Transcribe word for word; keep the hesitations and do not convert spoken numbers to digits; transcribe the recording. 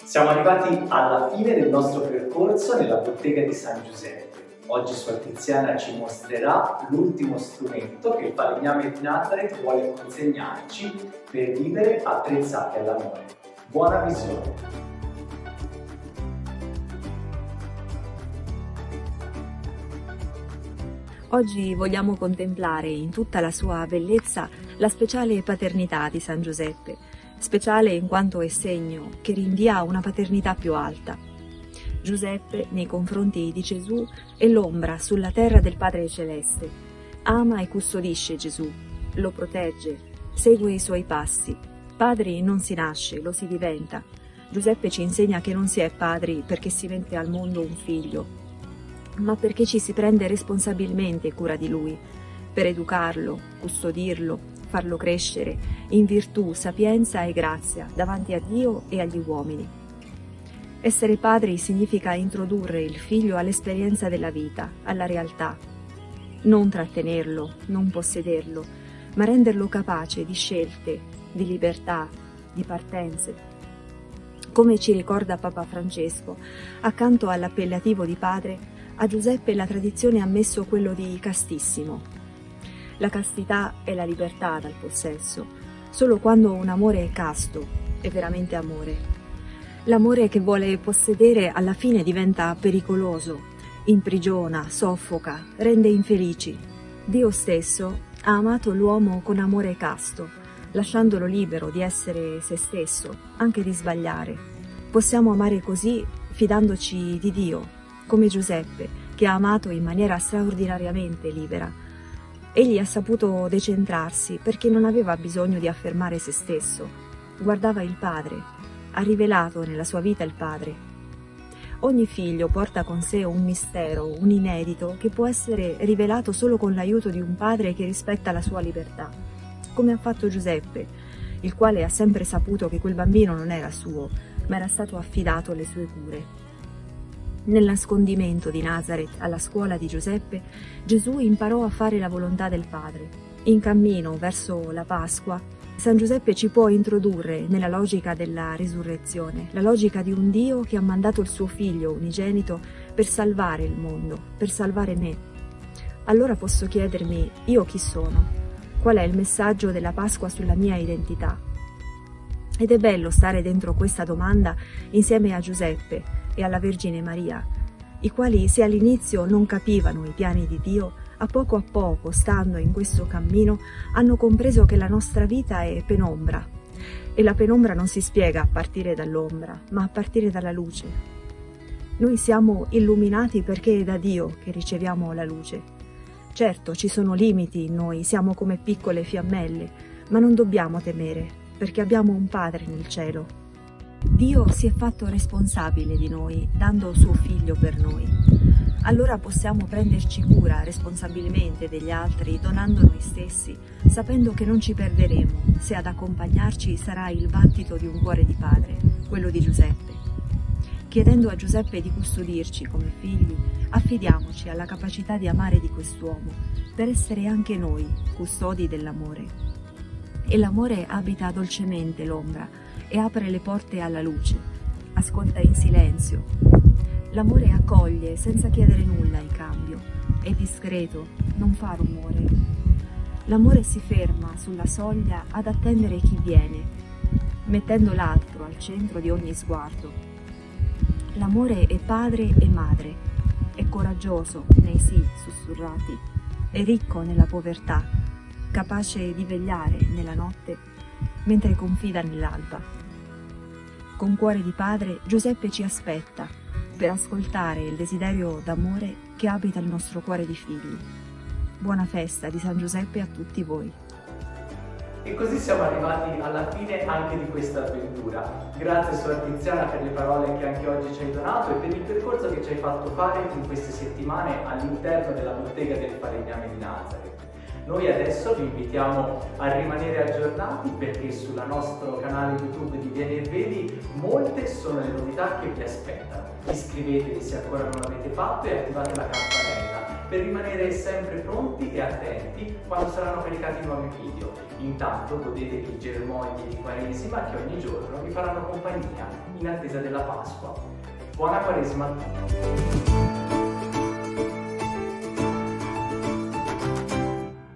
Siamo arrivati alla fine del nostro percorso nella bottega di San Giuseppe. Oggi Suor Tiziana ci mostrerà l'ultimo strumento che il falegname di Nazareth vuole consegnarci per vivere attrezzati all'amore. Buona visione! Oggi vogliamo contemplare in tutta la sua bellezza la speciale paternità di San Giuseppe, speciale in quanto è segno che rinvia a una paternità più alta. Giuseppe, nei confronti di Gesù, è l'ombra sulla terra del Padre Celeste. Ama e custodisce Gesù, lo protegge, segue i suoi passi. Padri non si nasce, lo si diventa. Giuseppe ci insegna che non si è padri perché si mette al mondo un figlio, ma perché ci si prende responsabilmente cura di lui, per educarlo, custodirlo, farlo crescere in virtù, sapienza e grazia davanti a Dio e agli uomini. Essere padri significa introdurre il figlio all'esperienza della vita, alla realtà, non trattenerlo, non possederlo, ma renderlo capace di scelte, di libertà, di partenze. Come ci ricorda Papa Francesco, accanto all'appellativo di padre, a Giuseppe la tradizione ha messo quello di castissimo. La castità è la libertà dal possesso. Solo quando un amore è casto è veramente amore. L'amore che vuole possedere alla fine diventa pericoloso, imprigiona, soffoca, rende infelici. Dio stesso ha amato l'uomo con amore casto, lasciandolo libero di essere se stesso, anche di sbagliare. Possiamo amare così fidandoci di Dio, come Giuseppe, che ha amato in maniera straordinariamente libera. Egli ha saputo decentrarsi perché non aveva bisogno di affermare se stesso. Guardava il Padre, ha rivelato nella sua vita il Padre. Ogni figlio porta con sé un mistero, un inedito, che può essere rivelato solo con l'aiuto di un padre che rispetta la sua libertà, come ha fatto Giuseppe, il quale ha sempre saputo che quel bambino non era suo, ma era stato affidato alle sue cure. Nel nascondimento di Nazareth, alla scuola di Giuseppe, Gesù imparò a fare la volontà del Padre. In cammino verso la Pasqua, San Giuseppe ci può introdurre nella logica della risurrezione, la logica di un Dio che ha mandato il suo Figlio unigenito per salvare il mondo, per salvare me. Allora posso chiedermi, io chi sono? Qual è il messaggio della Pasqua sulla mia identità? Ed è bello stare dentro questa domanda insieme a Giuseppe e alla Vergine Maria, i quali se all'inizio non capivano i piani di Dio, a poco a poco, stando in questo cammino, hanno compreso che la nostra vita è penombra, e la penombra non si spiega a partire dall'ombra, ma a partire dalla luce. Noi siamo illuminati perché è da Dio che riceviamo la luce. Certo, ci sono limiti in noi, siamo come piccole fiammelle, ma non dobbiamo temere, perché abbiamo un Padre nel cielo. Dio si è fatto responsabile di noi, dando suo Figlio per noi. Allora possiamo prenderci cura responsabilmente degli altri, donando noi stessi, sapendo che non ci perderemo, se ad accompagnarci sarà il battito di un cuore di padre, quello di Giuseppe. Chiedendo a Giuseppe di custodirci come figli, affidiamoci alla capacità di amare di quest'uomo, per essere anche noi custodi dell'amore. E l'amore abita dolcemente l'ombra, e apre le porte alla luce, ascolta in silenzio. L'amore accoglie senza chiedere nulla in cambio, è discreto, non fa rumore. L'amore si ferma sulla soglia ad attendere chi viene, mettendo l'altro al centro di ogni sguardo. L'amore è padre e madre, è coraggioso nei sì sussurrati, è ricco nella povertà, capace di vegliare nella notte mentre confida nell'alba. Con cuore di padre, Giuseppe ci aspetta per ascoltare il desiderio d'amore che abita il nostro cuore di figli. Buona festa di San Giuseppe a tutti voi. E così siamo arrivati alla fine anche di questa avventura. Grazie Suor Tiziana per le parole che anche oggi ci hai donato e per il percorso che ci hai fatto fare in queste settimane all'interno della bottega del falegname di Nazareth. Noi adesso vi invitiamo a rimanere aggiornati perché sul nostro canale YouTube di Vieni e Vedi molte sono le novità che vi aspettano. Iscrivetevi se ancora non l'avete fatto e attivate la campanella per rimanere sempre pronti e attenti quando saranno caricati nuovi video. Intanto godetevi i germogli di Quaresima che ogni giorno vi faranno compagnia. in attesa della Pasqua. Buona Quaresima a tutti!